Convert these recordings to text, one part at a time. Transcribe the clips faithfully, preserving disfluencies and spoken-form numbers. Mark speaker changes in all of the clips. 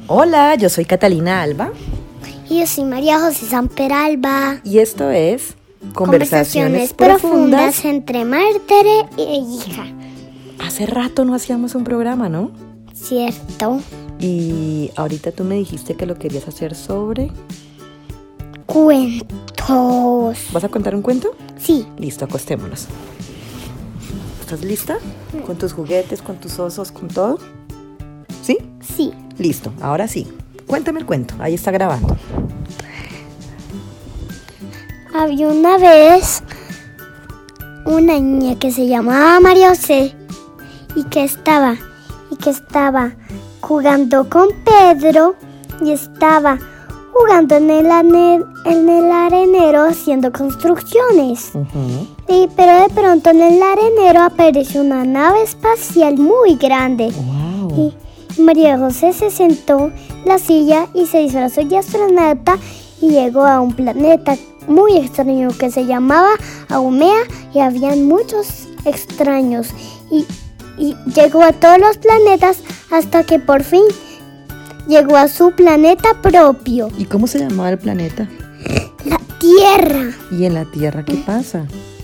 Speaker 1: Hola, yo soy Catalina Alba.
Speaker 2: Y yo soy María José Samper Alba.
Speaker 1: Y esto es
Speaker 2: Conversaciones, Conversaciones profundas, profundas entre madre e hija.
Speaker 1: Hace rato no hacíamos un programa, ¿no?
Speaker 2: Cierto.
Speaker 1: Y ahorita tú me dijiste que lo querías hacer sobre...
Speaker 2: cuentos.
Speaker 1: ¿Vas a contar un cuento?
Speaker 2: Sí.
Speaker 1: Listo, acostémonos. ¿Estás lista? ¿Con tus juguetes, con tus osos, con todo? ¿Sí?
Speaker 2: Sí.
Speaker 1: Listo, ahora sí. Cuéntame el cuento, ahí está grabando.
Speaker 2: Había una vez una niña que se llamaba María José y que estaba, y que estaba jugando con Pedro y estaba jugando en el, ane- en el arenero haciendo construcciones.
Speaker 1: Uh-huh.
Speaker 2: Y, pero de pronto en el arenero apareció una nave espacial muy grande.
Speaker 1: Wow.
Speaker 2: Y María José se sentó en la silla y se disfrazó de astronauta y llegó a un planeta muy extraño que se llamaba Aumea y habían muchos extraños. Y, y llegó a todos los planetas hasta que por fin llegó a su planeta propio.
Speaker 1: ¿Y cómo se llamaba el planeta?
Speaker 2: La Tierra.
Speaker 1: ¿Y en la Tierra qué pasa?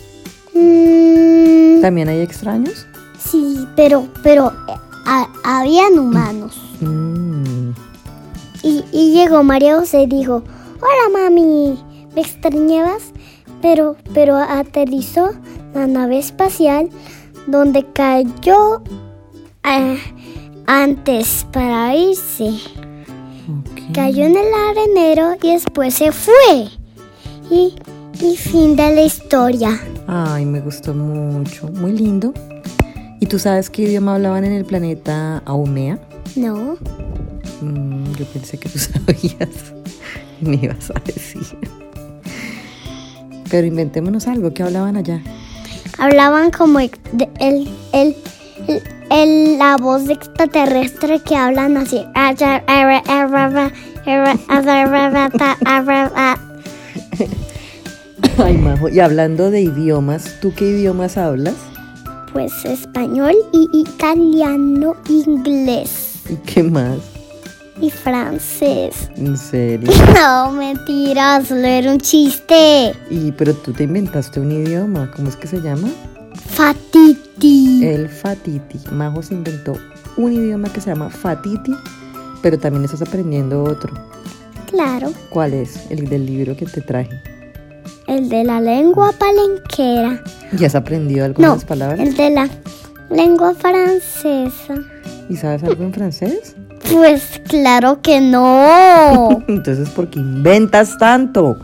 Speaker 2: Mm,
Speaker 1: ¿También hay extraños?
Speaker 2: sí, pero, pero a, habían humanos.
Speaker 1: Mm.
Speaker 2: Y, y llegó María José y dijo: hola mami, ¿me extrañabas? Pero, pero aterrizó la nave espacial donde cayó eh, antes para irse.
Speaker 1: Okay.
Speaker 2: Cayó en el arenero y después se fue. Y, y fin de la historia.
Speaker 1: Ay, me gustó mucho, muy lindo. ¿Y tú sabes qué idioma hablaban en el planeta Aumea?
Speaker 2: No.
Speaker 1: Mm, yo pensé que tú sabías. Me ibas a decir. Pero inventémonos algo, ¿qué hablaban allá?
Speaker 2: Hablaban como el, el, el, el, la voz extraterrestre que hablan así.
Speaker 1: Ay, Majo, y hablando de idiomas, ¿tú qué idiomas hablas?
Speaker 2: Pues español y italiano, inglés.
Speaker 1: ¿Y qué más?
Speaker 2: Y francés.
Speaker 1: ¿En serio?
Speaker 2: No, mentira, solo era un chiste.
Speaker 1: Y, pero tú te inventaste un idioma, ¿cómo es que se llama?
Speaker 2: Fatiti.
Speaker 1: El Fatiti. Majo se inventó un idioma que se llama Fatiti, pero también estás aprendiendo otro.
Speaker 2: Claro.
Speaker 1: ¿Cuál es? El del libro que te traje.
Speaker 2: El de la lengua palenquera.
Speaker 1: ¿Ya has aprendido algunas
Speaker 2: No,
Speaker 1: palabras?
Speaker 2: el de la lengua francesa.
Speaker 1: ¿Y sabes algo en francés?
Speaker 2: Pues claro que no.
Speaker 1: Entonces, ¿por qué inventas tanto?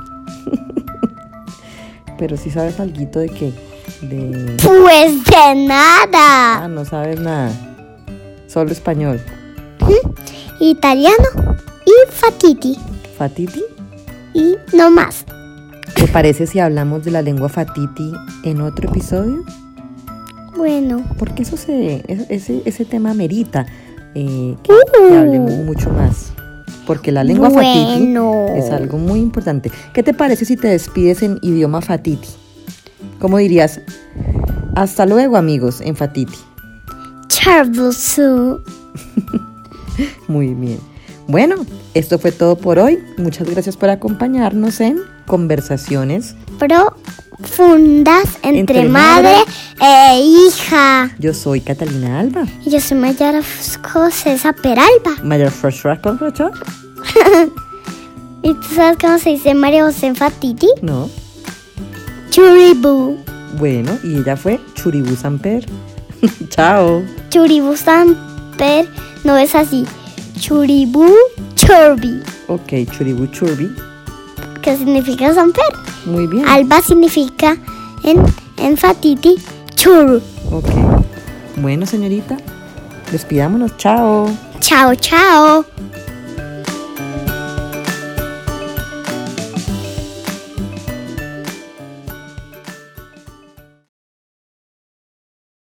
Speaker 1: Pero sí sabes alguito de qué. De...
Speaker 2: Pues de nada.
Speaker 1: Ah, no sabes nada. Solo español.
Speaker 2: ¿Mm? Italiano y fatiti.
Speaker 1: ¿Fatiti?
Speaker 2: Y no más.
Speaker 1: ¿Te parece si hablamos de la lengua Fatiti en otro episodio?
Speaker 2: Bueno.
Speaker 1: Porque eso se, ese, ese tema merita eh, que, uh. que hablemos mucho más. Porque la lengua
Speaker 2: bueno.
Speaker 1: Fatiti es algo muy importante. ¿Qué te parece si te despides en idioma Fatiti? ¿Cómo dirías? Hasta luego, amigos, en Fatiti.
Speaker 2: Charbusu.
Speaker 1: Muy bien. Bueno, esto fue todo por hoy. Muchas gracias por acompañarnos en Conversaciones
Speaker 2: Profundas entre, entre madre, madre e hija.
Speaker 1: Yo soy Catalina Alba.
Speaker 2: Y yo soy Mayara José Samper Alba.
Speaker 1: Mayara José Samper.
Speaker 2: ¿Y tú sabes cómo se dice María José en Fatiti?
Speaker 1: No.
Speaker 2: Churibú.
Speaker 1: Bueno, y ella fue Churibú Samper. Chao.
Speaker 2: Churibú Samper no es así. Churibú Churbi.
Speaker 1: Ok, Churibú Churbi.
Speaker 2: ¿Qué significa Samper?
Speaker 1: Muy bien.
Speaker 2: Alba significa en, en Fatiti chur.
Speaker 1: Ok. Bueno, señorita, despidámonos. Chao.
Speaker 2: Chao, chao.